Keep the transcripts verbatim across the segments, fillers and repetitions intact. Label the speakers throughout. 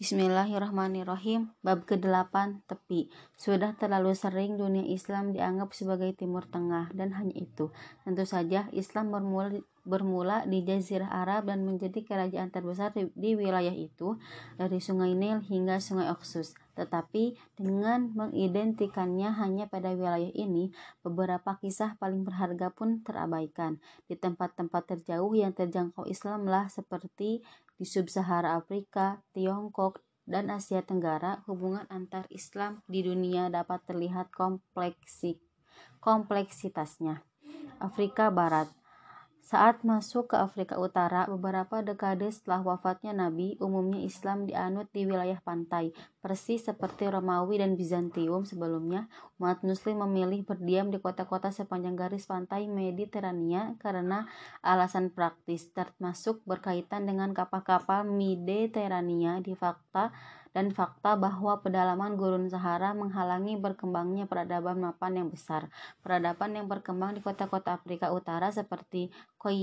Speaker 1: Bismillahirrahmanirrahim. Bab kedelapan, tepi. Sudah terlalu sering dunia Islam dianggap sebagai Timur Tengah, dan hanya itu. Tentu saja Islam bermula, bermula di Jazirah Arab dan menjadi kerajaan terbesar di, di wilayah itu, dari Sungai Nil hingga Sungai Oxus. Tetapi dengan mengidentikannya hanya pada wilayah ini, beberapa kisah paling berharga pun terabaikan. Di tempat-tempat terjauh yang terjangkau Islamlah, seperti di Sub-Sahara Afrika, Tiongkok, dan Asia Tenggara, hubungan antar Islam di dunia dapat terlihat kompleksi, kompleksitasnya. Afrika Barat. Saat masuk ke Afrika Utara, beberapa dekade setelah wafatnya Nabi, umumnya Islam dianut di wilayah pantai. Persis seperti Romawi dan Bizantium sebelumnya, umat Muslim memilih berdiam di kota-kota sepanjang garis pantai Mediterania karena alasan praktis, termasuk berkaitan dengan kapal-kapal Mediterania di fakta dan fakta bahwa pedalaman Gurun Sahara menghalangi berkembangnya peradaban mapan yang besar. Peradaban yang berkembang di kota-kota Afrika Utara seperti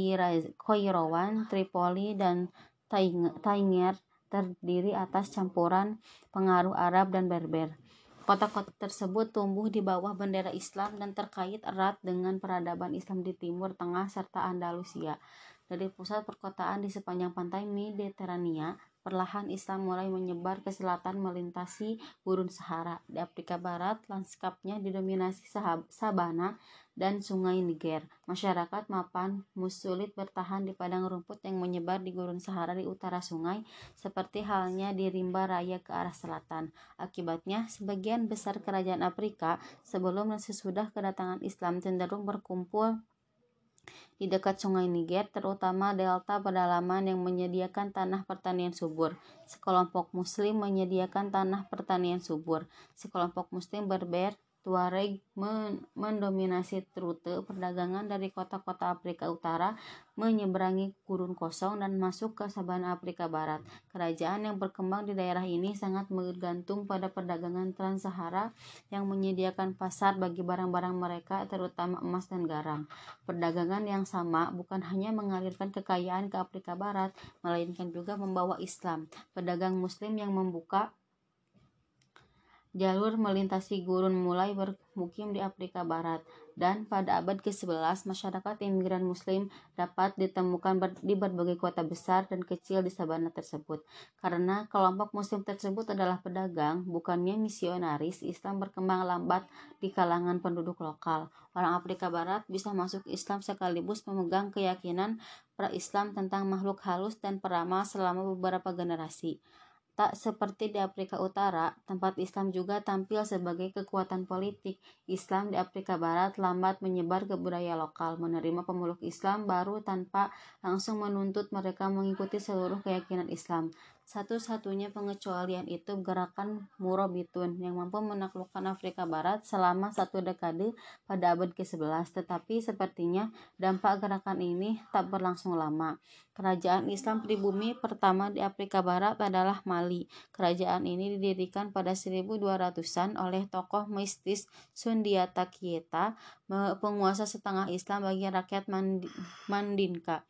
Speaker 1: Kairouan, Tripoli, dan Tangier terdiri atas campuran pengaruh Arab dan Berber. Kota-kota tersebut tumbuh di bawah bendera Islam dan terkait erat dengan peradaban Islam di Timur Tengah serta Andalusia. Dari pusat perkotaan di sepanjang pantai Mediterania, perlahan Islam mulai menyebar ke selatan melintasi Gurun Sahara. Di Afrika Barat, landskapnya didominasi sabana dan sungai Niger. Masyarakat mapan sulit bertahan di padang rumput yang menyebar di Gurun Sahara di utara sungai, seperti halnya di rimba raya ke arah selatan. Akibatnya, sebagian besar kerajaan Afrika sebelum dan sesudah kedatangan Islam cenderung berkumpul di dekat sungai Niger, terutama delta pedalaman yang menyediakan tanah pertanian subur. Sekelompok Muslim menyediakan tanah pertanian subur. Sekelompok Muslim Berber Tuareg mendominasi rute perdagangan dari kota-kota Afrika Utara menyeberangi gurun kosong dan masuk ke sabana Afrika Barat. Kerajaan yang berkembang di daerah ini sangat bergantung pada perdagangan Trans-Sahara yang menyediakan pasar bagi barang-barang mereka, terutama emas dan garam. Perdagangan yang sama bukan hanya mengalirkan kekayaan ke Afrika Barat, melainkan juga membawa Islam. Pedagang Muslim yang membuka jalur melintasi gurun mulai bermukim di Afrika Barat, dan pada abad kesebelas masyarakat imigran Muslim dapat ditemukan ber- di berbagai kota besar dan kecil di sabana tersebut. Karena kelompok Muslim tersebut adalah pedagang, bukannya misionaris, Islam berkembang lambat di kalangan penduduk lokal. Orang Afrika Barat bisa masuk Islam sekaligus memegang keyakinan pra-Islam tentang makhluk halus dan peramal selama beberapa generasi. Tak seperti di Afrika Utara, tempat Islam juga tampil sebagai kekuatan politik. Islam di Afrika Barat lambat menyebar ke budaya lokal, menerima pemeluk Islam baru tanpa langsung menuntut mereka mengikuti seluruh keyakinan Islam. Satu-satunya pengecualian itu gerakan Murabitun yang mampu menaklukkan Afrika Barat selama satu dekade pada abad kesebelas, tetapi sepertinya dampak gerakan ini tak berlangsung lama. Kerajaan Islam pribumi pertama di Afrika Barat adalah Mali. Kerajaan ini didirikan pada seribu dua ratusan oleh tokoh mistis Sundiata Keita, penguasa setengah Islam bagi rakyat Mandinka,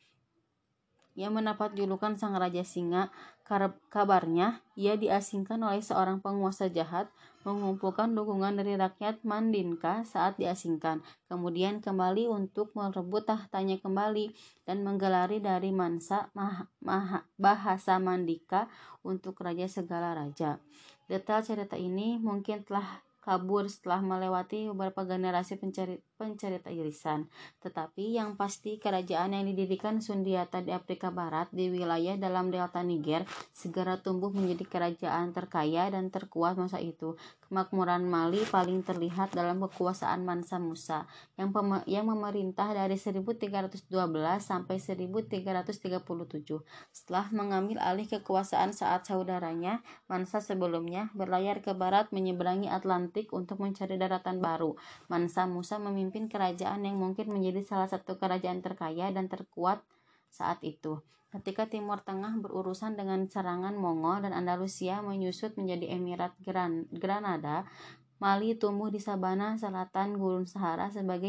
Speaker 1: yang mendapat julukan Sang Raja Singa. Kabarnya, ia diasingkan oleh seorang penguasa jahat, mengumpulkan dukungan dari rakyat Mandinka saat diasingkan, kemudian kembali untuk merebut tahtanya kembali, dan menggelari dari Mansa Maha, Maha, bahasa Mandika untuk Raja Segala Raja. Detail cerita ini mungkin telah kabur setelah melewati beberapa generasi pencari, pencerita irisan. Tetapi yang pasti kerajaan yang didirikan Sundiata di Afrika Barat di wilayah dalam delta Niger segera tumbuh menjadi kerajaan terkaya dan terkuat masa itu. Kemakmuran Mali paling terlihat dalam kekuasaan Mansa Musa yang, pem- yang memerintah dari seribu tiga ratus dua belas sampai seribu tiga ratus tiga puluh tujuh. Setelah mengambil alih kekuasaan saat saudaranya Mansa sebelumnya berlayar ke barat menyeberangi Atlantik untuk mencari daratan baru. Mansa Musa memimpin kerajaan yang mungkin menjadi salah satu kerajaan terkaya dan terkuat saat itu. Ketika Timur Tengah berurusan dengan serangan Mongol dan Andalusia menyusut menjadi Emirat Gran- Granada, Mali tumbuh di sabana selatan Gurun Sahara sebagai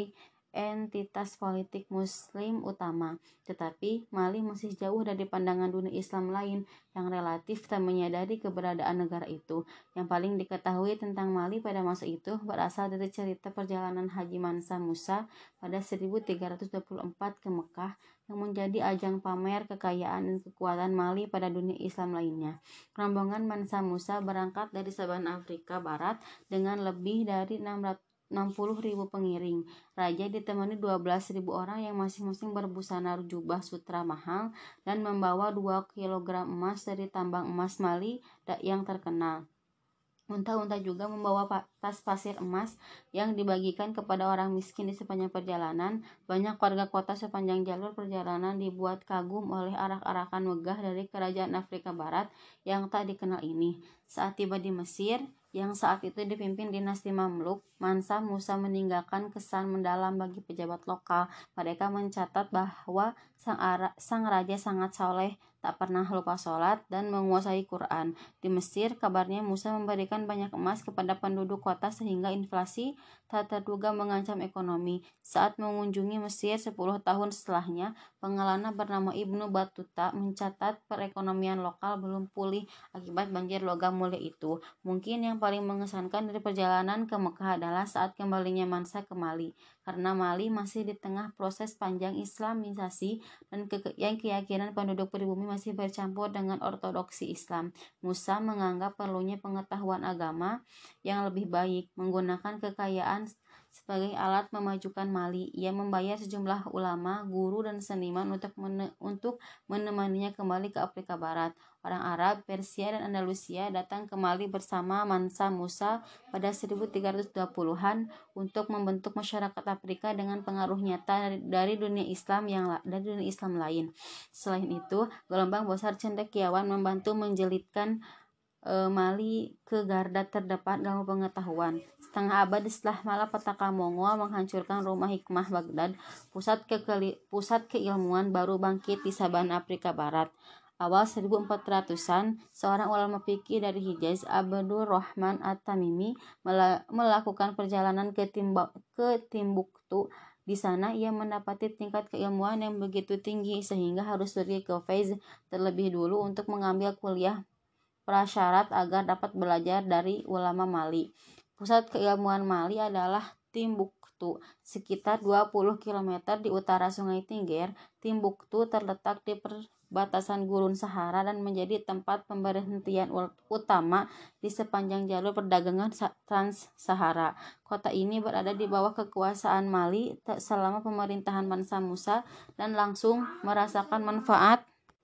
Speaker 1: entitas politik Muslim utama, tetapi Mali masih jauh dari pandangan dunia Islam lain yang relatif tak menyadari keberadaan negara itu. Yang paling diketahui tentang Mali pada masa itu berasal dari cerita perjalanan Haji Mansa Musa pada seribu tiga ratus dua puluh empat ke Mekah yang menjadi ajang pamer kekayaan dan kekuatan Mali pada dunia Islam lainnya. Rombongan Mansa Musa berangkat dari Sabana Afrika Barat dengan lebih dari enam puluh ribu pengiring. Raja ditemani dua belas ribu orang yang masing-masing berbusana jubah sutra mahal dan membawa dua kilogram emas dari tambang emas Mali yang terkenal. Unta-unta juga membawa tas pasir emas yang dibagikan kepada orang miskin di sepanjang perjalanan. Banyak warga kota sepanjang jalur perjalanan dibuat kagum oleh arak-arakan megah dari kerajaan Afrika Barat yang tak dikenal ini. Saat tiba di Mesir, yang saat itu dipimpin dinasti Mamluk, Mansa Musa meninggalkan kesan mendalam bagi pejabat lokal. Mereka mencatat bahwa sang, ara, sang raja sangat soleh, tak pernah lupa sholat, dan menguasai Quran. Di Mesir, kabarnya Musa memberikan banyak emas kepada penduduk kota sehingga inflasi tak terduga mengancam ekonomi. Saat mengunjungi Mesir sepuluh tahun setelahnya, pengelana bernama Ibnu Battuta mencatat perekonomian lokal belum pulih akibat banjir logam mulia itu. Mungkin yang paling mengesankan dari perjalanan ke Mekah adalah saat kembalinya Mansa ke Mali, karena Mali masih di tengah proses panjang Islamisasi dan ke- yang keyakinan penduduk pribumi masih bercampur dengan ortodoksi Islam. Musa menganggap perlunya pengetahuan agama yang lebih baik, menggunakan kekayaan sebagai alat memajukan Mali. Ia membayar sejumlah ulama, guru, dan seniman untuk mene- untuk menemaninya kembali ke Afrika Barat. Orang Arab, Persia, dan Andalusia datang ke Mali bersama Mansa Musa pada seribu tiga ratus dua puluhan untuk membentuk masyarakat Afrika dengan pengaruh nyata dari, dari dunia Islam yang dari dunia Islam lain. Selain itu, gelombang besar cendekiawan membantu menjelitkan e, Mali ke garda terdepan dalam pengetahuan. Setengah abad setelah malapetaka Mongol menghancurkan rumah hikmah Baghdad, pusat, kekeli, pusat keilmuan baru bangkit di Sabana Afrika Barat. Awal seribu empat ratusan, seorang ulama fikih dari Hijaz, Abdur Rahman At-Tamimi, melakukan perjalanan ke, Timba, ke Timbuktu. Di sana ia mendapati tingkat keilmuan yang begitu tinggi sehingga harus pergi ke Fez terlebih dulu untuk mengambil kuliah prasyarat agar dapat belajar dari ulama Mali. Pusat keilmuan Mali adalah Timbuktu, sekitar dua puluh kilometer di utara Sungai Tingger. Timbuktu terletak di perbatasan Gurun Sahara dan menjadi tempat pemberhentian utama di sepanjang jalur perdagangan Trans-Sahara. Kota ini berada di bawah kekuasaan Mali selama pemerintahan Mansa Musa dan langsung merasakan manfaat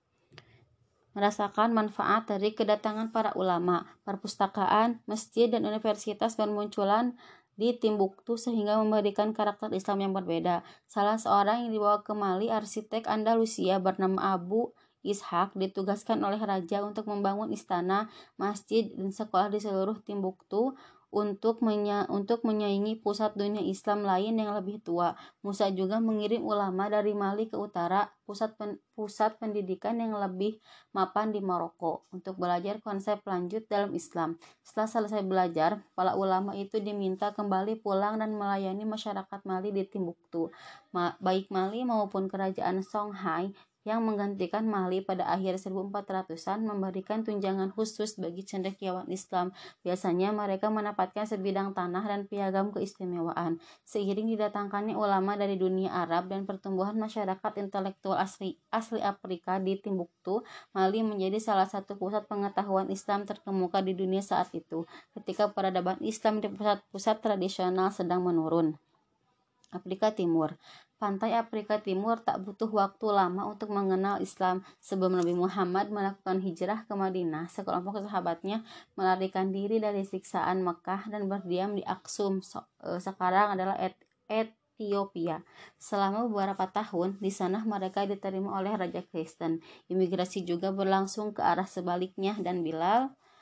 Speaker 1: merasakan manfaat dari kedatangan para ulama. Perpustakaan, masjid, dan universitas bermunculan di Timbuktu sehingga memberikan karakter Islam yang berbeda. Salah seorang yang dibawa ke Mali, arsitek Andalusia bernama Abu Ishaq, ditugaskan oleh raja untuk membangun istana, masjid, dan sekolah di seluruh Timbuktu untuk menya, untuk menyaingi pusat dunia Islam lain yang lebih tua. Musa juga mengirim ulama dari Mali ke utara, pusat pen, pusat pendidikan yang lebih mapan di Maroko, untuk belajar konsep lanjut dalam Islam. Setelah selesai belajar, para ulama itu diminta kembali pulang dan melayani masyarakat Mali di Timbuktu. Ma, baik Mali maupun kerajaan Songhai yang menggantikan Mali pada akhir seribu empat ratusan memberikan tunjangan khusus bagi cendekiawan Islam. Biasanya mereka mendapatkan sebidang tanah dan piagam keistimewaan. Seiring didatangkannya ulama dari dunia Arab dan pertumbuhan masyarakat intelektual asli, asli Afrika di Timbuktu, Mali menjadi salah satu pusat pengetahuan Islam terkemuka di dunia saat itu, ketika peradaban Islam di pusat-pusat tradisional sedang menurun. Afrika Timur. Pantai Afrika Timur tak butuh waktu lama untuk mengenal Islam. Sebelum Nabi Muhammad melakukan hijrah ke Madinah, sekelompok sahabatnya melarikan diri dari siksaan Mekah dan berdiam di Aksum, sekarang adalah Et Ethiopia. Selama beberapa tahun, di sana mereka diterima oleh Raja Kristen. Imigrasi juga berlangsung ke arah sebaliknya, dan Bilal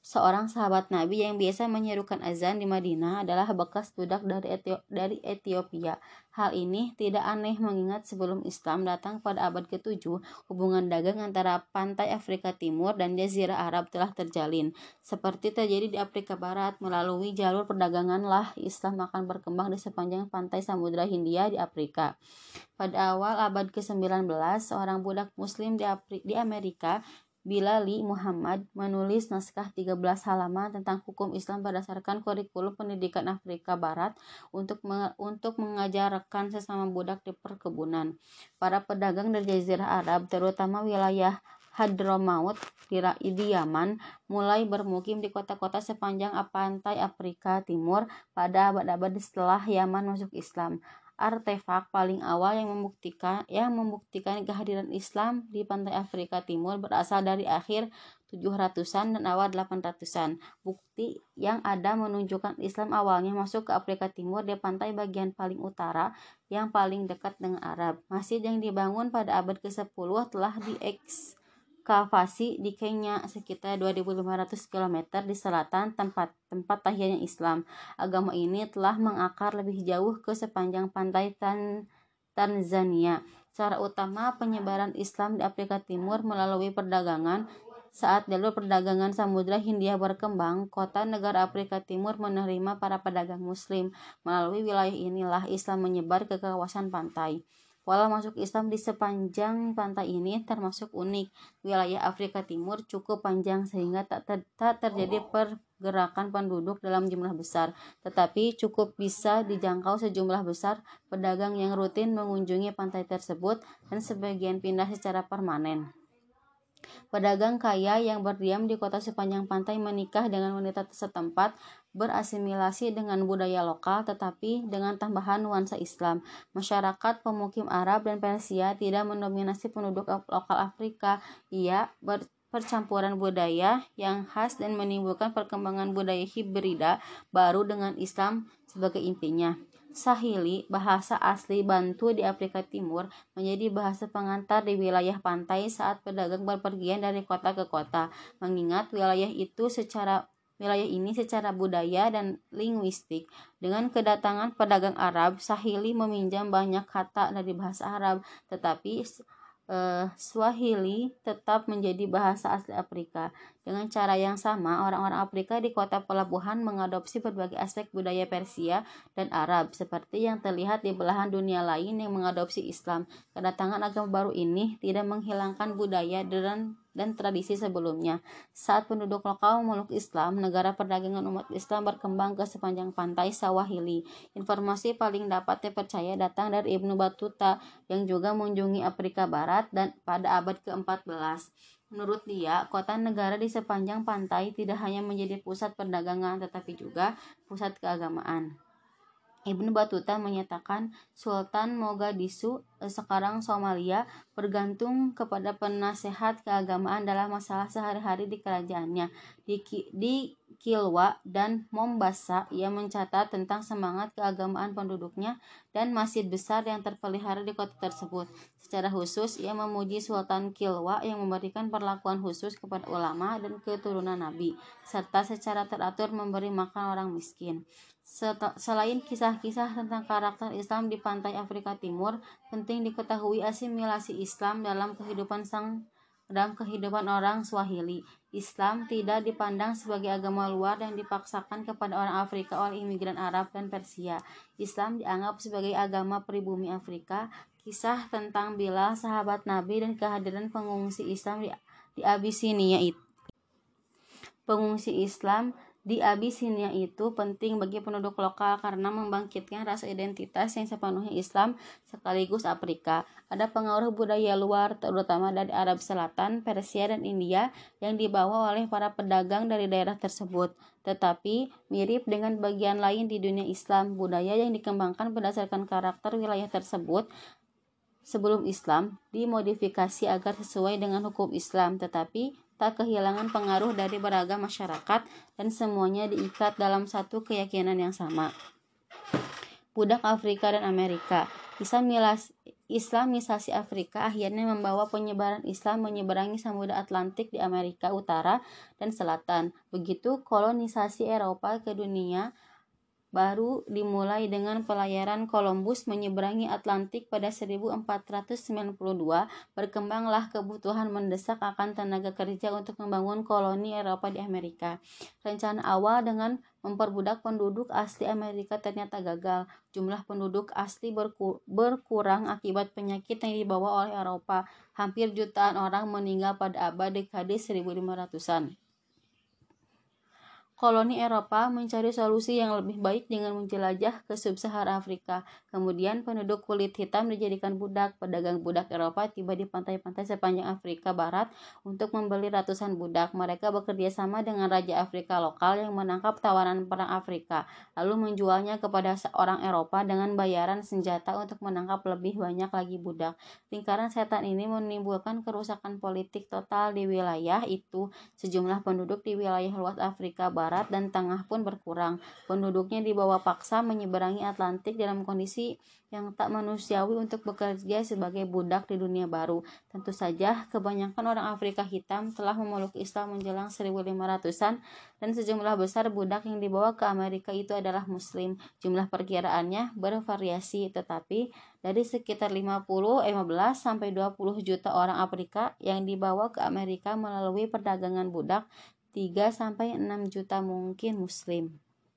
Speaker 1: seorang sahabat Nabi yang biasa menyerukan azan di Madinah, adalah bekas budak dari, Etio- dari Ethiopia. Hal ini tidak aneh mengingat sebelum Islam datang pada abad ketujuh, hubungan dagang antara pantai Afrika Timur dan Jazirah Arab telah terjalin. Seperti terjadi di Afrika Barat, melalui jalur perdagangan lah Islam akan berkembang di sepanjang pantai Samudra Hindia di Afrika. Pada awal abad ke-sembilan belas, seorang budak muslim di, Afri- di Amerika, Bilali Muhammad, menulis naskah tiga belas halaman tentang hukum Islam berdasarkan kurikulum pendidikan Afrika Barat untuk me- untuk mengajarkan sesama budak di perkebunan. Para pedagang dari Jazirah Arab, terutama wilayah Hadramaut di, di Yaman, mulai bermukim di kota-kota sepanjang pantai Afrika Timur pada abad-abad setelah Yaman masuk Islam. Artefak paling awal yang membuktikan yang membuktikan kehadiran Islam di pantai Afrika Timur berasal dari akhir tujuh ratusan dan awal delapan ratusan. Bukti yang ada menunjukkan Islam awalnya masuk ke Afrika Timur di pantai bagian paling utara yang paling dekat dengan Arab. Masjid yang dibangun pada abad kesepuluh telah diekskavasi di Kenya sekitar dua ribu lima ratus kilometer di selatan tempat tempat lahirnya Islam. Agama ini telah mengakar lebih jauh ke sepanjang pantai Tan Tanzania. Cara utama penyebaran Islam di Afrika Timur melalui perdagangan. Saat jalur perdagangan Samudra Hindia berkembang, kota negara Afrika Timur menerima para pedagang Muslim. Melalui wilayah inilah Islam menyebar ke kawasan pantai. Pola masuk Islam di sepanjang pantai ini termasuk unik. Wilayah Afrika Timur cukup panjang sehingga tak, ter- tak terjadi pergerakan penduduk dalam jumlah besar, tetapi cukup bisa dijangkau sejumlah besar pedagang yang rutin mengunjungi pantai tersebut dan sebagian pindah secara permanen. Pedagang kaya yang berdiam di kota sepanjang pantai menikah dengan wanita setempat, berasimilasi dengan budaya lokal tetapi dengan tambahan nuansa Islam. Masyarakat pemukim Arab dan Persia tidak mendominasi penduduk lokal Afrika. Ia ber percampuran budaya yang khas dan menimbulkan perkembangan budaya hibrida baru dengan Islam sebagai intinya. Sahili, bahasa asli Bantu di Afrika Timur, menjadi bahasa pengantar di wilayah pantai saat pedagang berpergian dari kota ke kota, mengingat wilayah itu secara wilayah ini secara budaya dan linguistik. Dengan kedatangan pedagang Arab, Sahili meminjam banyak kata dari bahasa Arab, tetapi Uh, Swahili tetap menjadi bahasa asli Afrika. Dengan cara yang sama, orang-orang Afrika di kota pelabuhan mengadopsi berbagai aspek budaya Persia dan Arab, seperti yang terlihat di belahan dunia lain yang mengadopsi Islam. Kedatangan agama baru ini tidak menghilangkan budaya dan dan tradisi sebelumnya. Saat penduduk lokal memeluk Islam, negara perdagangan umat Islam berkembang ke sepanjang pantai Swahili. Informasi paling dapat dipercaya datang dari Ibnu Battuta yang juga mengunjungi Afrika Barat dan pada abad keempat belas. Menurut dia, kota negara di sepanjang pantai tidak hanya menjadi pusat perdagangan tetapi juga pusat keagamaan. Ibnu Battuta menyatakan Sultan Mogadishu, sekarang Somalia, bergantung kepada penasehat keagamaan dalam masalah sehari-hari di kerajaannya. Di, di Kilwa dan Mombasa, ia mencatat tentang semangat keagamaan penduduknya dan masjid besar yang terpelihara di kota tersebut. Secara khusus, ia memuji Sultan Kilwa yang memberikan perlakuan khusus kepada ulama dan keturunan Nabi, serta secara teratur memberi makan orang miskin. Selain kisah-kisah tentang karakter Islam di pantai Afrika Timur, penting diketahui asimilasi Islam dalam kehidupan sang dalam kehidupan orang Swahili. Islam tidak dipandang sebagai agama luar yang dipaksakan kepada orang Afrika oleh imigran Arab dan Persia. Islam dianggap sebagai agama pribumi Afrika. Kisah tentang Bilal, sahabat Nabi, dan kehadiran pengungsi Islam di, di Abisinia itu. Pengungsi Islam di Abisinia itu penting bagi penduduk lokal karena membangkitkan rasa identitas yang sepenuhnya Islam sekaligus Afrika. Ada pengaruh budaya luar, terutama dari Arab Selatan, Persia, dan India yang dibawa oleh para pedagang dari daerah tersebut. Tetapi, mirip dengan bagian lain di dunia Islam, budaya yang dikembangkan berdasarkan karakter wilayah tersebut sebelum Islam dimodifikasi agar sesuai dengan hukum Islam, tetapi tak kehilangan pengaruh dari beragam masyarakat dan semuanya diikat dalam satu keyakinan yang sama. Budak Afrika dan Amerika. Kisah milas Islamisasi Afrika akhirnya membawa penyebaran Islam menyeberangi Samudra Atlantik di Amerika Utara dan Selatan. Begitu kolonisasi Eropa ke dunia baru dimulai dengan pelayaran Columbus menyeberangi Atlantik pada seribu empat ratus sembilan puluh dua, berkembanglah kebutuhan mendesak akan tenaga kerja untuk membangun koloni Eropa di Amerika. Rencana awal dengan memperbudak penduduk asli Amerika ternyata gagal. Jumlah penduduk asli berku- berkurang akibat penyakit yang dibawa oleh Eropa. Hampir jutaan orang meninggal pada abad dekade seribu lima ratusan. Koloni Eropa mencari solusi yang lebih baik dengan menjelajah ke sub-Sahara Afrika. Kemudian penduduk kulit hitam dijadikan budak. Pedagang budak Eropa tiba di pantai-pantai sepanjang Afrika Barat untuk membeli ratusan budak. Mereka bekerja sama dengan raja Afrika lokal yang menangkap tawanan perang Afrika, lalu menjualnya kepada seorang Eropa dengan bayaran senjata untuk menangkap lebih banyak lagi budak. Lingkaran setan ini menimbulkan kerusakan politik total di wilayah itu. Sejumlah penduduk di wilayah luas Afrika Barat Barat dan Tengah pun berkurang. Penduduknya dibawa paksa menyeberangi Atlantik dalam kondisi yang tak manusiawi untuk bekerja sebagai budak di dunia baru. Tentu saja, kebanyakan orang Afrika hitam telah memeluk Islam menjelang seribu lima ratusan dan sejumlah besar budak yang dibawa ke Amerika itu adalah Muslim. Jumlah perkiraannya bervariasi, tetapi dari sekitar lima puluh, lima belas sampai dua puluh juta orang Afrika yang dibawa ke Amerika melalui perdagangan budak, tiga sampai enam juta mungkin Muslim.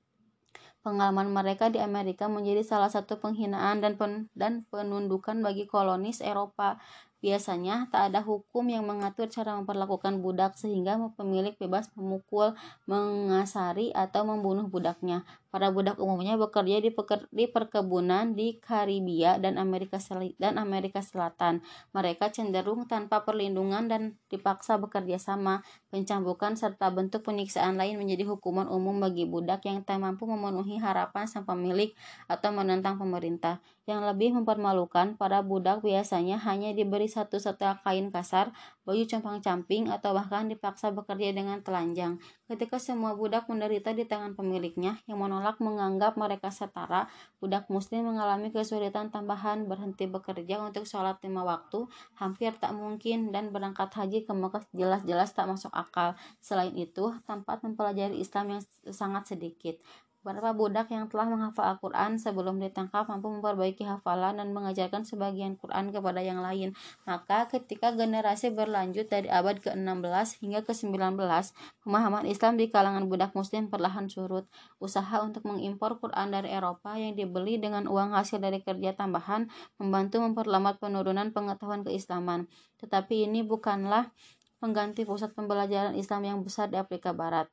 Speaker 1: Pengalaman mereka di Amerika menjadi salah satu penghinaan dan pen, dan penundukan bagi kolonis Eropa. Biasanya tak ada hukum yang mengatur cara memperlakukan budak sehingga pemilik bebas memukul, mengasari, atau membunuh budaknya. Para budak umumnya bekerja di, peker, di perkebunan di Karibia dan Amerika Sel- dan Amerika Selatan. Mereka cenderung tanpa perlindungan dan dipaksa bekerja sama. Pencambukan serta bentuk penyiksaan lain menjadi hukuman umum bagi budak yang tak mampu memenuhi harapan sang pemilik atau menentang pemerintah. Yang lebih mempermalukan, para budak biasanya hanya diberi satu setel kain kasar, baju compang-camping, atau bahkan dipaksa bekerja dengan telanjang. Ketika semua budak menderita di tangan pemiliknya yang menolak menganggap mereka setara, budak Muslim mengalami kesulitan tambahan. Berhenti bekerja untuk sholat lima waktu hampir tak mungkin, dan berangkat haji ke Mekah jelas-jelas tak masuk akal. Selain itu, tempat mempelajari Islam yang sangat sedikit. Beberapa budak yang telah menghafal Al-Quran sebelum ditangkap mampu memperbaiki hafalan dan mengajarkan sebagian Quran kepada yang lain. Maka ketika generasi berlanjut dari abad ke enam belas hingga ke sembilan belas, pemahaman Islam di kalangan budak Muslim perlahan surut. Usaha untuk mengimpor Quran dari Eropa yang dibeli dengan uang hasil dari kerja tambahan membantu memperlambat penurunan pengetahuan keislaman. Tetapi ini bukanlah pengganti pusat pembelajaran Islam yang besar di Afrika Barat.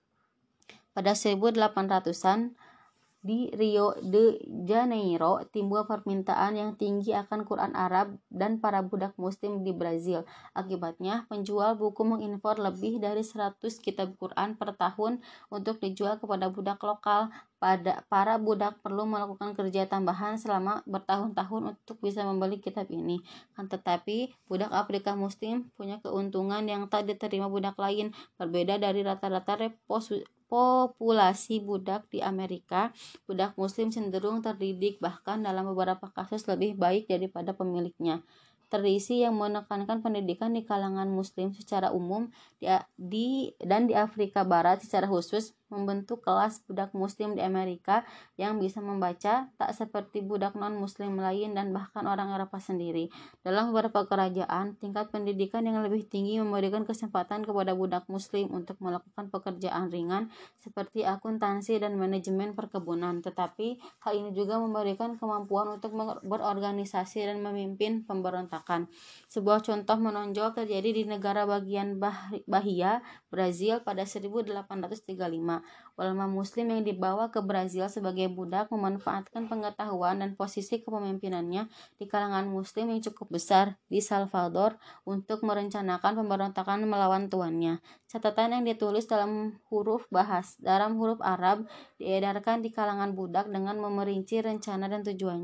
Speaker 1: Pada seribu delapan ratusan, di Rio de Janeiro timbul permintaan yang tinggi akan Quran Arab dan para budak Muslim di Brazil. Akibatnya, penjual buku mengimpor lebih dari seratus kitab Quran per tahun untuk dijual kepada budak lokal. Pada para budak perlu melakukan kerja tambahan selama bertahun-tahun untuk bisa membeli kitab ini. Kan tetapi, budak Afrika Muslim punya keuntungan yang tak diterima budak lain. Berbeda dari rata-rata repos populasi budak di Amerika, budak Muslim cenderung terdidik, bahkan dalam beberapa kasus lebih baik daripada pemiliknya. Tradisi yang menekankan pendidikan di kalangan Muslim secara umum di, di dan di Afrika Barat secara khusus membentuk kelas budak Muslim di Amerika yang bisa membaca, tak seperti budak non-Muslim lain dan bahkan orang Eropa sendiri. Dalam beberapa kerajaan, tingkat pendidikan yang lebih tinggi memberikan kesempatan kepada budak Muslim untuk melakukan pekerjaan ringan seperti akuntansi dan manajemen perkebunan. Tetapi hal ini juga memberikan kemampuan untuk berorganisasi dan memimpin pemberontakan. Sebuah contoh menonjol terjadi di negara bagian Bahia, Brazil pada seribu delapan ratus tiga puluh lima. Ulama Muslim yang dibawa ke Brazil sebagai budak memanfaatkan pengetahuan dan posisi kepemimpinannya di kalangan Muslim yang cukup besar di Salvador untuk merencanakan pemberontakan melawan tuannya. Catatan yang ditulis dalam huruf bahas dalam huruf Arab diedarkan di kalangan budak dengan memerinci rencana dan tujuannya.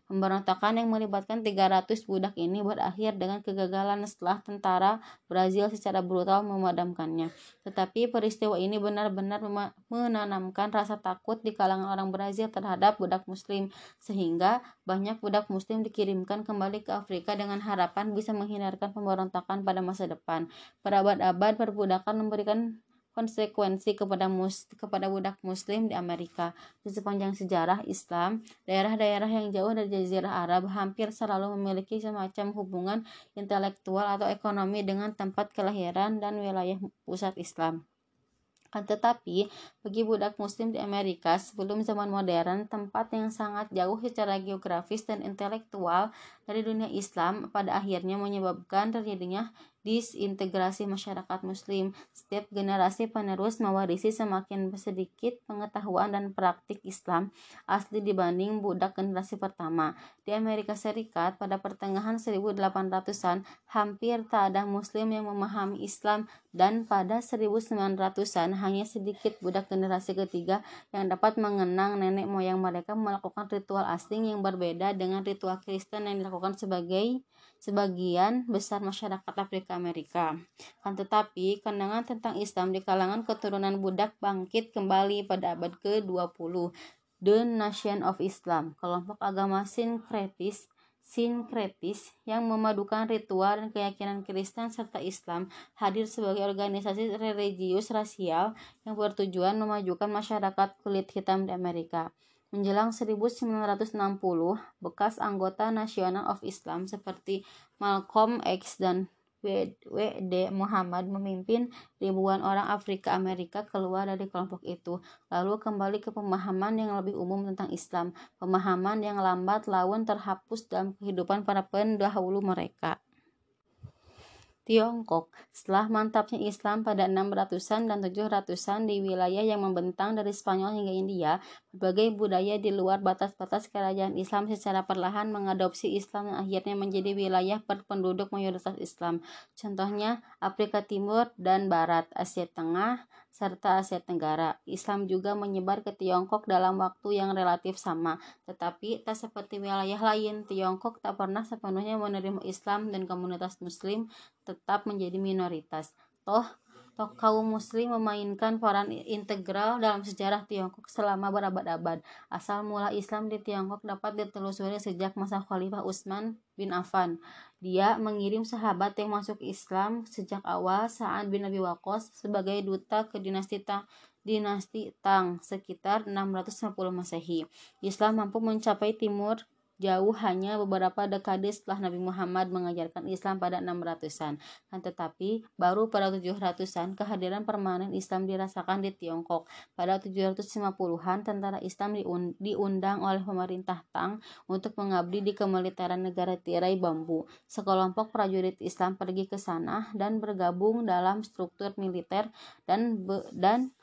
Speaker 1: Pemberontakan yang melibatkan tiga ratus budak ini berakhir dengan kegagalan setelah tentara Brazil secara brutal memadamkannya. Tetapi peristiwa ini benar-benar menanamkan rasa takut di kalangan orang Brazil terhadap budak muslim, sehingga banyak budak muslim dikirimkan kembali ke Afrika dengan harapan bisa menghindarkan pemberontakan pada masa depan. Berabad-abad perbudakan memberikan konsekuensi kepada mus kepada budak muslim di Amerika. Di sepanjang sejarah Islam, daerah-daerah yang jauh dari Jazirah Arab hampir selalu memiliki semacam hubungan intelektual atau ekonomi dengan tempat kelahiran dan wilayah pusat Islam. Tetapi, bagi budak muslim di Amerika sebelum zaman modern, tempat yang sangat jauh secara geografis dan intelektual dari dunia Islam pada akhirnya menyebabkan terjadinya disintegrasi masyarakat muslim. Setiap generasi penerus mewarisi semakin sedikit pengetahuan dan praktik Islam asli dibanding budak generasi pertama. Di Amerika Serikat pada pertengahan seribu delapan ratusan, hampir tak ada muslim yang memahami Islam, dan pada seribu sembilan ratusan hanya sedikit budak generasi ketiga yang dapat mengenang nenek moyang mereka melakukan ritual asing yang berbeda dengan ritual Kristen yang dilakukan sebagai sebagian besar masyarakat Afrika Amerika. Kan tetapi, kenangan tentang Islam di kalangan keturunan budak bangkit kembali pada abad ke dua puluh. The Nation of Islam, kelompok agama sinkretis sinkretis yang memadukan ritual dan keyakinan Kristen serta Islam, hadir sebagai organisasi religius rasial yang bertujuan memajukan masyarakat kulit hitam di Amerika. Menjelang seribu sembilan ratus enam puluh, bekas anggota National of Islam seperti Malcolm X dan W D Muhammad memimpin ribuan orang Afrika Amerika keluar dari kelompok itu, lalu kembali ke pemahaman yang lebih umum tentang Islam, pemahaman yang lambat laun terhapus dalam kehidupan para pendahulu mereka. Tiongkok. Setelah mantapnya Islam pada enam ratusan dan tujuh ratusan di wilayah yang membentang dari Spanyol hingga India, berbagai budaya di luar batas-batas kerajaan Islam secara perlahan mengadopsi Islam dan akhirnya menjadi wilayah berpenduduk mayoritas Islam. Contohnya Afrika Timur dan Barat, Asia Tengah, serta Asia Tenggara. Islam juga menyebar ke Tiongkok dalam waktu yang relatif sama, tetapi tak seperti wilayah lain, Tiongkok tak pernah sepenuhnya menerima Islam dan komunitas Muslim tetap menjadi minoritas. Toh, toh kaum muslim memainkan peran integral dalam sejarah Tiongkok selama berabad-abad. Asal mula Islam di Tiongkok dapat ditelusuri sejak masa Khalifah Utsman bin Affan. Dia mengirim sahabat yang masuk Islam sejak awal, Sa'ad bin Abi Waqqas, sebagai duta ke dinasti Tang dinasti Tang sekitar enam ratus lima puluh Masehi. Islam mampu mencapai timur jauh hanya beberapa dekade setelah Nabi Muhammad mengajarkan Islam pada enam ratusan. Kan tetapi, baru pada tujuh ratusan kehadiran permanen Islam dirasakan di Tiongkok. Pada tujuh ratus lima puluhan, tentara Islam diundang oleh pemerintah Tang untuk mengabdi di kemiliteran negara tirai bambu. Sekelompok prajurit Islam pergi ke sana dan bergabung dalam struktur militer dan be- dan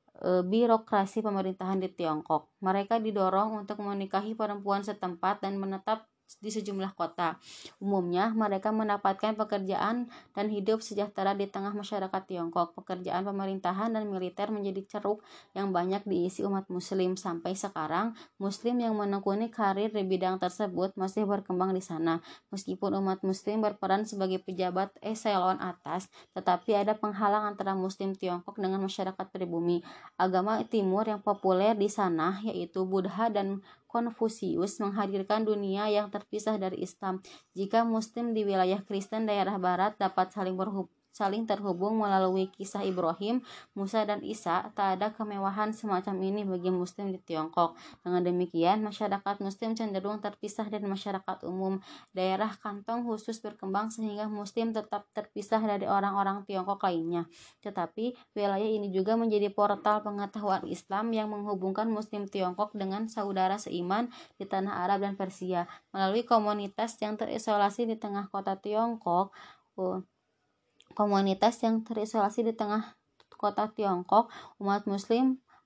Speaker 1: birokrasi pemerintahan di Tiongkok. Mereka didorong untuk menikahi perempuan setempat dan menetap di sejumlah kota. Umumnya, mereka mendapatkan pekerjaan dan hidup sejahtera di tengah masyarakat Tiongkok. Pekerjaan pemerintahan dan militer menjadi ceruk yang banyak diisi umat muslim. Sampai sekarang, muslim yang menekuni karir di bidang tersebut masih berkembang di sana. Meskipun umat muslim berperan sebagai pejabat eselon atas, tetapi ada penghalang antara muslim Tiongkok dengan masyarakat pribumi. Agama timur yang populer di sana, yaitu Buddha dan Konfusius, menghadirkan dunia yang terpisah dari Islam. Jika muslim di wilayah Kristen daerah barat dapat saling berhubung saling terhubung melalui kisah Ibrahim, Musa, dan Isa, tak ada kemewahan semacam ini bagi muslim di Tiongkok. Dengan demikian, masyarakat muslim cenderung terpisah dari masyarakat umum. Daerah kantong khusus berkembang sehingga muslim tetap terpisah dari orang-orang Tiongkok lainnya. Tetapi, wilayah ini juga menjadi portal pengetahuan Islam yang menghubungkan muslim Tiongkok dengan saudara seiman di tanah Arab dan Persia. Melalui komunitas yang terisolasi di tengah kota Tiongkok, uh, Komunitas yang terisolasi di tengah kota Tiongkok, umat muslim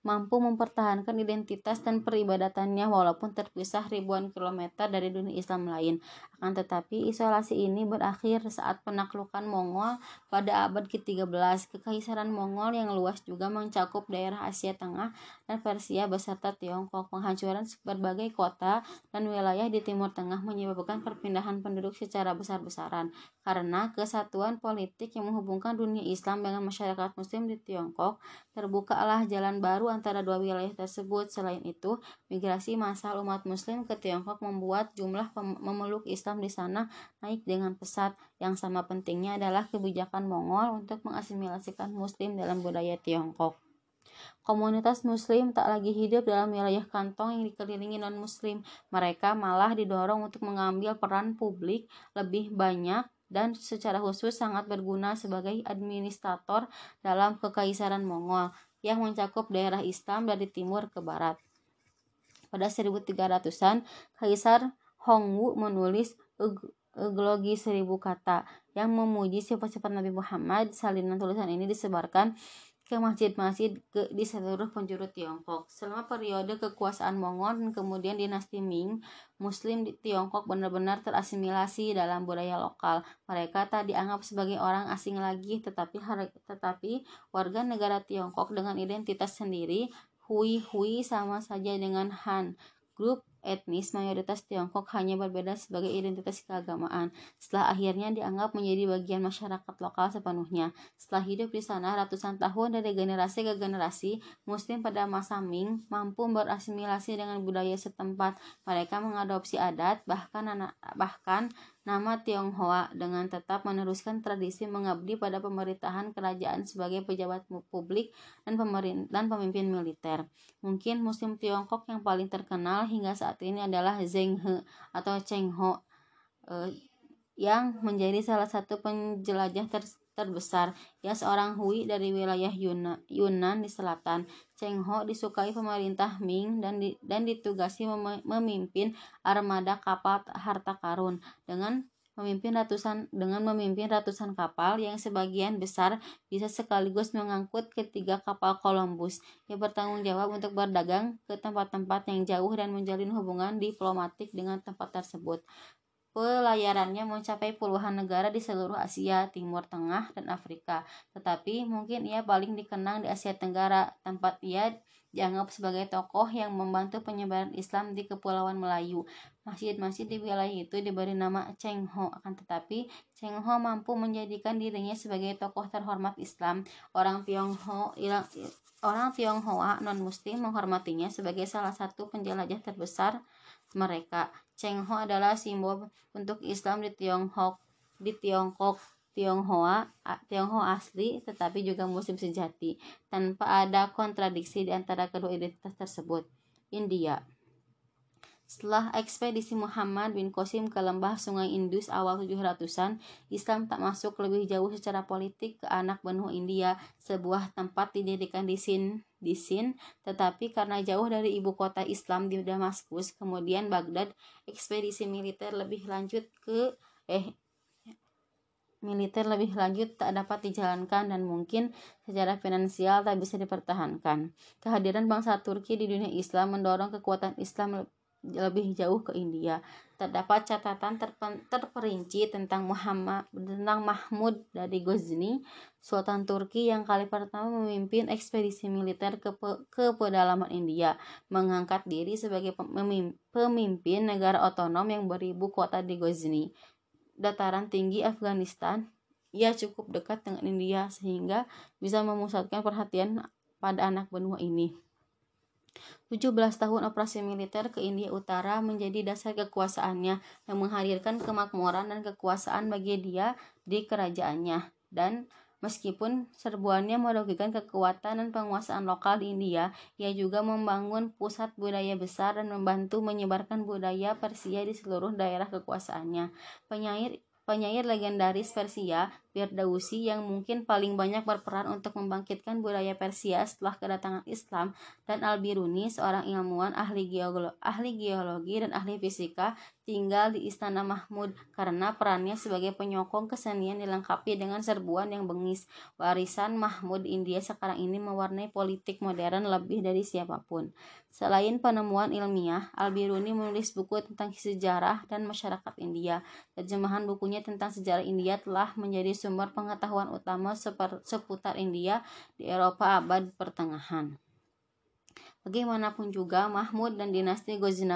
Speaker 1: mampu mempertahankan identitas dan peribadatannya walaupun terpisah ribuan kilometer dari dunia Islam lain. Akan tetapi, isolasi ini berakhir saat penaklukan Mongol pada abad ke tiga belas. Kekaisaran Mongol yang luas juga mencakup daerah Asia Tengah dan Persia beserta Tiongkok. Penghancuran berbagai kota dan wilayah di Timur Tengah menyebabkan perpindahan penduduk secara besar-besaran. Karena kesatuan politik yang menghubungkan dunia Islam dengan masyarakat Muslim di Tiongkok, terbukalah jalan baru antara dua wilayah tersebut. Selain itu, migrasi massal umat Muslim ke Tiongkok membuat jumlah pemeluk Islam di sana naik dengan pesat. Yang sama pentingnya adalah kebijakan Mongol untuk mengasimilasikan Muslim dalam budaya Tiongkok. Komunitas Muslim tak lagi hidup dalam wilayah kantong yang dikelilingi non-Muslim. Mereka malah didorong untuk mengambil peran publik lebih banyak dan secara khusus sangat berguna sebagai administrator dalam Kekaisaran Mongol yang mencakup daerah Islam dari timur ke barat. Pada seribu tiga ratusan, Kaisar Hongwu menulis Eglogi Seribu Kata yang memuji sifat-sifat Nabi Muhammad. Salinan tulisan ini disebarkan ke masjid-masjid ke, di seluruh penjuru Tiongkok. Selama periode kekuasaan Mongol dan kemudian dinasti Ming, Muslim di Tiongkok benar-benar terasimilasi dalam budaya lokal. Mereka tak dianggap sebagai orang asing lagi, tetapi tetapi warga negara Tiongkok dengan identitas sendiri. Hui-Hui sama saja dengan Han. Grup etnis mayoritas Tiongkok hanya berbeda sebagai identitas keagamaan. Setelah akhirnya dianggap menjadi bagian masyarakat lokal sepenuhnya. Setelah hidup di sana ratusan tahun dari generasi ke generasi, Muslim pada masa Ming mampu berasimilasi dengan budaya setempat. Mereka mengadopsi adat, bahkan anak, bahkan nama Tionghoa dengan tetap meneruskan tradisi mengabdi pada pemerintahan kerajaan sebagai pejabat publik dan, dan pemimpin militer. Mungkin Muslim Tiongkok yang paling terkenal hingga saat ini adalah Zheng He atau Cheng Ho eh, yang menjadi salah satu penjelajah ter, terbesar. Ia seorang Hui dari wilayah Yunnan, Yunnan di selatan. Cheng Ho disukai pemerintah Ming dan di, dan ditugasi mem, memimpin armada kapal harta karun dengan memimpin ratusan dengan memimpin ratusan kapal yang sebagian besar bisa sekaligus mengangkut ketiga kapal Columbus. Ia bertanggung jawab untuk berdagang ke tempat-tempat yang jauh dan menjalin hubungan diplomatik dengan tempat tersebut. Pelayarannya mencapai puluhan negara di seluruh Asia, Timur Tengah, dan Afrika. Tetapi mungkin ia paling dikenang di Asia Tenggara, tempat ia dianggap sebagai tokoh yang membantu penyebaran Islam di Kepulauan Melayu. Masjid-masjid di wilayah itu diberi nama Cheng Ho, akan tetapi Cheng Ho mampu menjadikan dirinya sebagai tokoh terhormat Islam. Orang Tionghoa orang Tionghoa non-Muslim menghormatinya sebagai salah satu penjelajah terbesar mereka. Cheng Ho adalah simbol untuk Islam di Tiongkok, di Tiongkok, Tionghoa, Tionghoa asli, tetapi juga Muslim sejati, tanpa ada kontradiksi di antara kedua identitas tersebut. India. Setelah ekspedisi Muhammad bin Qasim ke lembah Sungai Indus awal tujuh ratusan, Islam tak masuk lebih jauh secara politik ke anak benua India, sebuah tempat didirikan di Sind, di Sind, tetapi karena jauh dari ibu kota Islam di Damaskus, kemudian Baghdad, ekspedisi militer lebih lanjut ke eh militer lebih lanjut tak dapat dijalankan dan mungkin secara finansial tak bisa dipertahankan. Kehadiran bangsa Turki di dunia Islam mendorong kekuatan Islam lebih jauh ke India. Terdapat catatan terpen, terperinci tentang Muhammad tentang Mahmud dari Ghazni, Sultan Turki yang kali pertama memimpin ekspedisi militer ke, ke pedalaman India, mengangkat diri sebagai pemimpin negara otonom yang beribu kota di Ghazni, dataran tinggi Afghanistan. Ia cukup dekat dengan India sehingga bisa memusatkan perhatian pada anak benua ini. tujuh belas tahun operasi militer ke India Utara menjadi dasar kekuasaannya yang menghadirkan kemakmuran dan kekuasaan bagi dia di kerajaannya. Dan meskipun serbuannya merugikan kekuatan dan penguasaan lokal di India, ia juga membangun pusat budaya besar dan membantu menyebarkan budaya Persia di seluruh daerah kekuasaannya. Penyair Penyair legendaris Persia Firdausi yang mungkin paling banyak berperan untuk membangkitkan budaya Persia setelah kedatangan Islam, dan Al-Biruni, seorang ilmuwan ahli geologi, ahli geologi dan ahli fisika, tinggal di Istana Mahmud karena perannya sebagai penyokong kesenian dilengkapi dengan serbuan yang bengis. Warisan Mahmud India sekarang ini mewarnai politik modern lebih dari siapapun. Selain penemuan ilmiah, Al-Biruni menulis buku tentang sejarah dan masyarakat India. Terjemahan bukunya tentang sejarah India telah menjadi sumber pengetahuan utama seputar India di Eropa abad pertengahan. Bagaimanapun juga, Mahmud dan dinasti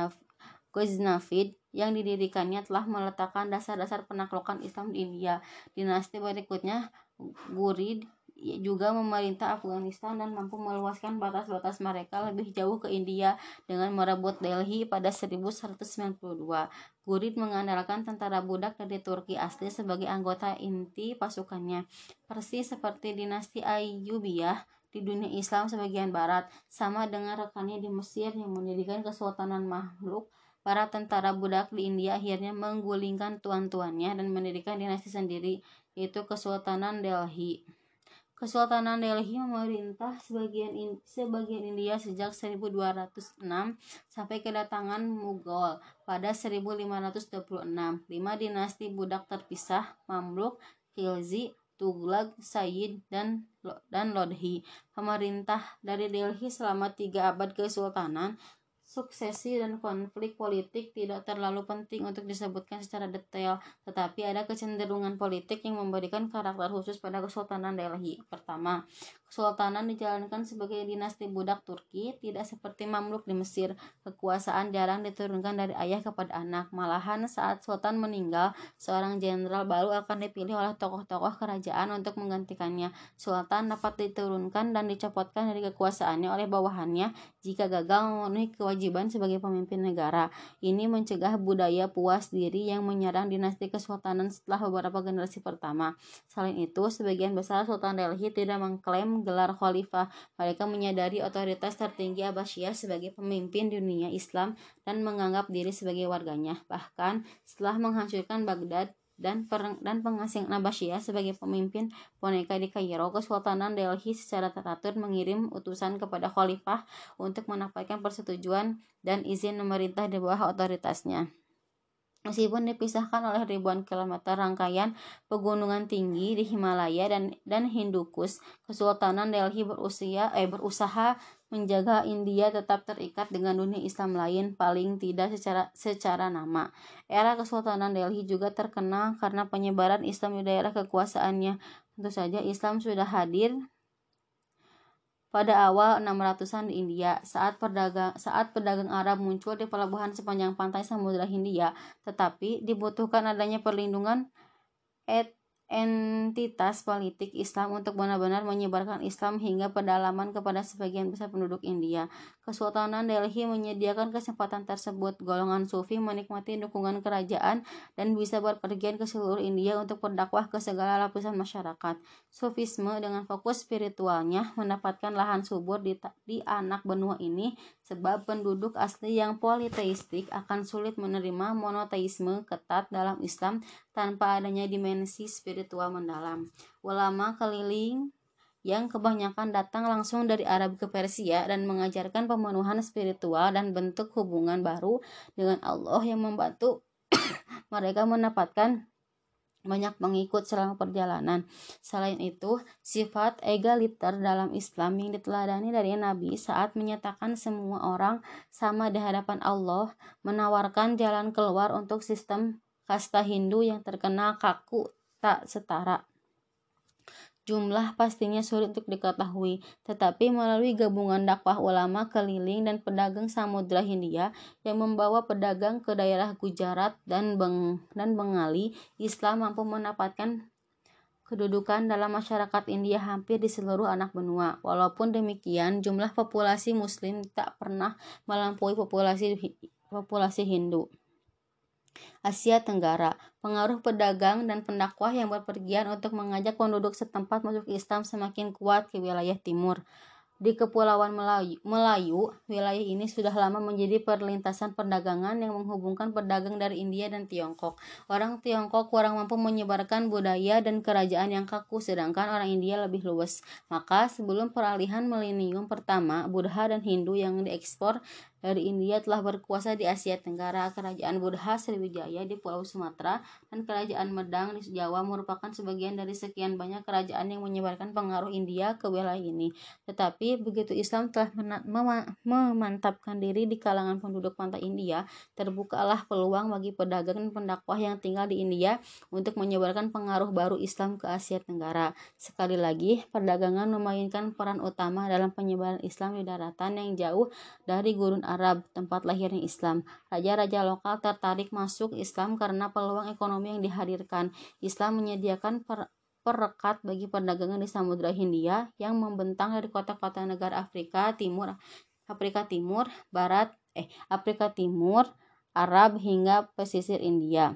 Speaker 1: Ghaznavid yang didirikannya telah meletakkan dasar-dasar penaklukan Islam di India. Dinasti berikutnya, Ghurid, juga memerintah Afghanistan dan mampu meluaskan batas-batas mereka lebih jauh ke India dengan merebut Delhi pada seribu seratus sembilan puluh dua. Ghurid mengandalkan tentara budak dari Turki asli sebagai anggota inti pasukannya, persis seperti dinasti Ayyubiyah di dunia Islam sebagian barat. Sama dengan rekannya di Mesir yang mendirikan Kesultanan Mamluk, para tentara budak di India akhirnya menggulingkan tuan-tuannya dan mendirikan dinasti sendiri, yaitu Kesultanan Delhi. Kesultanan Delhi memerintah sebagian in, sebagian India sejak seribu dua ratus enam sampai kedatangan Mughal pada seribu lima ratus dua puluh enam. Lima dinasti budak terpisah, Mamluk, Khilji, Tughlaq, Sayyid, dan dan Lodhi, pemerintah dari Delhi selama tiga abad kesultanan. Suksesi dan konflik politik tidak terlalu penting untuk disebutkan secara detail, tetapi ada kecenderungan politik yang memberikan karakter khusus pada Kesultanan Delhi. Pertama, kesultanan dijalankan sebagai dinasti budak Turki, tidak seperti Mamluk di Mesir. Kekuasaan jarang diturunkan dari ayah kepada anak, malahan saat sultan meninggal, seorang jenderal baru akan dipilih oleh tokoh-tokoh kerajaan untuk menggantikannya. Sultan dapat diturunkan dan dicopotkan dari kekuasaannya oleh bawahannya jika gagal memenuhi kewajiban sebagai pemimpin negara. Ini mencegah budaya puas diri yang menyerang dinasti kesultanan setelah beberapa generasi pertama. Selain itu, sebagian besar Sultan Delhi tidak mengklaim gelar khalifah. Mereka menyadari otoritas tertinggi Abbasiyah sebagai pemimpin dunia Islam dan menganggap diri sebagai warganya. Bahkan setelah menghancurkan Baghdad dan per, dan pengasingan Abbasiyah sebagai pemimpin boneka di Kairo, Kesultanan Delhi secara teratur mengirim utusan kepada khalifah untuk mendapatkan persetujuan dan izin memerintah di bawah otoritasnya. Meskipun dipisahkan oleh ribuan kilometer rangkaian pegunungan tinggi di Himalaya dan dan Hindukush, Kesultanan Delhi berusia eh berusaha menjaga India tetap terikat dengan dunia Islam lain, paling tidak secara secara nama. Era Kesultanan Delhi juga terkenal karena penyebaran Islam di daerah kekuasaannya. Tentu saja Islam sudah hadir pada awal enam ratusan di India, saat pedagang saat pedagang Arab muncul di pelabuhan sepanjang pantai Samudra Hindia, tetapi dibutuhkan adanya perlindungan et entitas politik Islam untuk benar-benar menyebarkan Islam hingga pedalaman kepada sebagian besar penduduk India. Kesultanan Delhi menyediakan kesempatan tersebut. Golongan Sufi menikmati dukungan kerajaan dan bisa berpergian ke seluruh India untuk berdakwah ke segala lapisan masyarakat. Sufisme dengan fokus spiritualnya mendapatkan lahan subur di, di anak benua ini, sebab penduduk asli yang politeistik akan sulit menerima monoteisme ketat dalam Islam tanpa adanya dimensi spiritual mendalam. Ulama keliling yang kebanyakan datang langsung dari Arab ke Persia dan mengajarkan pemenuhan spiritual dan bentuk hubungan baru dengan Allah yang membantu mereka mendapatkan banyak pengikut selama perjalanan. Selain itu, sifat egaliter dalam Islam yang diteladani dari Nabi saat menyatakan semua orang sama di hadapan Allah menawarkan jalan keluar untuk sistem kasta Hindu yang terkenal kaku tak setara. Jumlah pastinya sulit untuk diketahui, tetapi melalui gabungan dakwah ulama keliling dan pedagang Samudra Hindia yang membawa pedagang ke daerah Gujarat dan Beng dan Bengali, Islam mampu mendapatkan kedudukan dalam masyarakat India hampir di seluruh anak benua. Walaupun demikian, jumlah populasi Muslim tak pernah melampaui populasi populasi Hindu. Asia Tenggara, pengaruh pedagang dan pendakwah yang berpergian untuk mengajak penduduk setempat masuk Islam semakin kuat ke wilayah timur. Di Kepulauan Melayu, Melayu, wilayah ini sudah lama menjadi perlintasan perdagangan yang menghubungkan pedagang dari India dan Tiongkok. Orang Tiongkok kurang mampu menyebarkan budaya dan kerajaan yang kaku, sedangkan orang India lebih luas. Maka sebelum peralihan milenium pertama, Buddha dan Hindu yang diekspor dari India telah berkuasa di Asia Tenggara. Kerajaan Buddha Sriwijaya di Pulau Sumatera dan Kerajaan Medang di Jawa merupakan sebagian dari sekian banyak kerajaan yang menyebarkan pengaruh India ke wilayah ini. Tetapi begitu Islam telah memantapkan diri di kalangan penduduk pantai India, terbukalah peluang bagi pedagang dan pendakwah yang tinggal di India untuk menyebarkan pengaruh baru Islam ke Asia Tenggara. Sekali lagi, perdagangan memainkan peran utama dalam penyebaran Islam di daratan yang jauh dari gurun Arab, tempat lahirnya Islam. Raja-raja lokal tertarik masuk Islam karena peluang ekonomi yang dihadirkan. Islam menyediakan per perekat bagi perdagangan di Samudra Hindia yang membentang dari kota-kota negara Afrika Timur, Afrika Timur, Barat, eh Afrika Timur, Arab hingga pesisir India.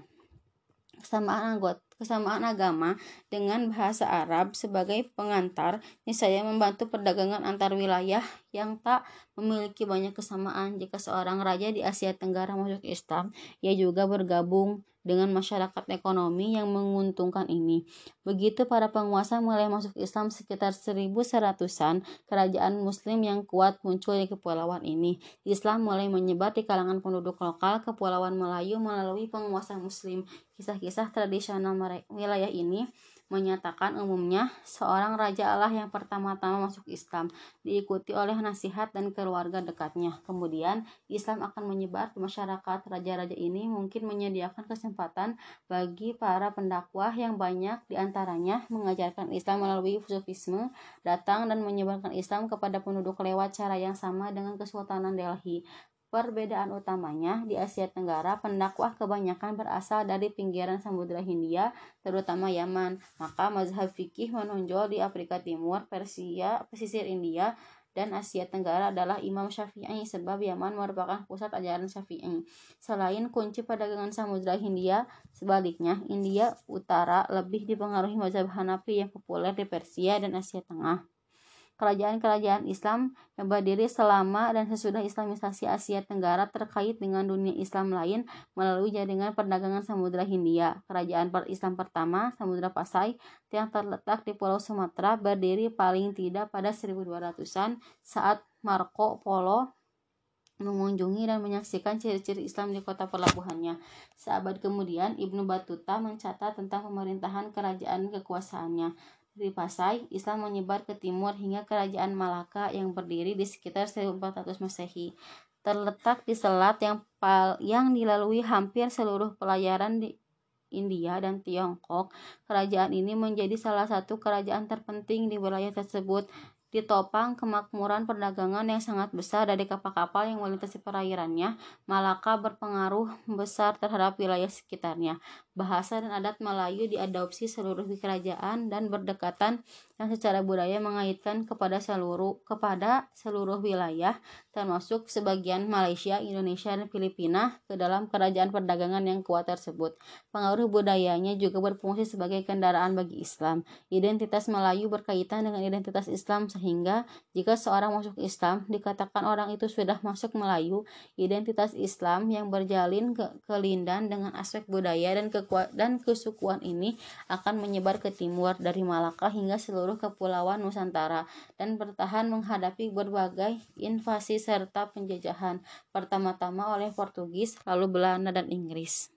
Speaker 1: Kesamaan anggota Kesamaan agama dengan bahasa Arab sebagai pengantar niscaya membantu perdagangan antar wilayah yang tak memiliki banyak kesamaan. Jika seorang raja di Asia Tenggara masuk Islam, ia juga bergabung dengan masyarakat ekonomi yang menguntungkan ini. Begitu para penguasa mulai masuk Islam sekitar seribu seratusan, kerajaan muslim yang kuat muncul di kepulauan ini. Islam mulai menyebar di kalangan penduduk lokal Kepulauan Melayu melalui penguasa muslim. Kisah-kisah tradisional wilayah ini menyatakan umumnya seorang raja Allah yang pertama-tama masuk Islam, diikuti oleh nasihat dan keluarga dekatnya. Kemudian Islam akan menyebar ke masyarakat. Raja-raja ini mungkin menyediakan kesempatan bagi para pendakwah yang banyak diantaranya mengajarkan Islam melalui sufisme, datang dan menyebarkan Islam kepada penduduk lewat cara yang sama dengan Kesultanan Delhi. Perbedaan utamanya, di Asia Tenggara, pendakwah kebanyakan berasal dari pinggiran Samudra Hindia, terutama Yaman. Maka mazhab fikih menonjol di Afrika Timur, Persia, pesisir India, dan Asia Tenggara adalah Imam Syafi'i, sebab Yaman merupakan pusat ajaran Syafi'i. Selain kunci perdagangan Samudra Hindia, sebaliknya, India Utara lebih dipengaruhi mazhab Hanafi yang populer di Persia dan Asia Tengah. Kerajaan-kerajaan Islam yang berdiri selama dan sesudah Islamisasi Asia Tenggara terkait dengan dunia Islam lain melalui jaringan perdagangan Samudra Hindia. Kerajaan Islam pertama, Samudra Pasai, yang terletak di Pulau Sumatera, berdiri paling tidak pada seribu dua ratusan saat Marco Polo mengunjungi dan menyaksikan ciri-ciri Islam di kota pelabuhannya. Seabad kemudian, Ibnu Battuta mencatat tentang pemerintahan kerajaan kekuasaannya. Dari Pasai, Islam menyebar ke timur hingga kerajaan Malaka yang berdiri di sekitar seribu empat ratus Masehi. Terletak di selat yang pal yang dilalui hampir seluruh pelayaran di India dan Tiongkok, kerajaan ini menjadi salah satu kerajaan terpenting di wilayah tersebut. Ditopang kemakmuran perdagangan yang sangat besar dari kapal-kapal yang melintasi perairannya, Malaka berpengaruh besar terhadap wilayah sekitarnya. Bahasa dan adat Melayu diadopsi seluruh kerajaan dan berdekatan yang secara budaya mengaitkan kepada seluruh kepada seluruh wilayah, termasuk sebagian Malaysia, Indonesia, dan Filipina ke dalam kerajaan perdagangan yang kuat tersebut. Pengaruh budayanya juga berfungsi sebagai kendaraan bagi Islam. Identitas Melayu berkaitan dengan identitas Islam, sehingga jika seorang masuk Islam, dikatakan orang itu sudah masuk Melayu. Identitas Islam yang berjalin ke kelindan dengan aspek budaya dan kekuatan dan kesukuan ini akan menyebar ke timur dari Malaka hingga seluruh kepulauan Nusantara dan bertahan menghadapi berbagai invasi serta penjajahan, pertama-tama oleh Portugis, lalu Belanda dan Inggris.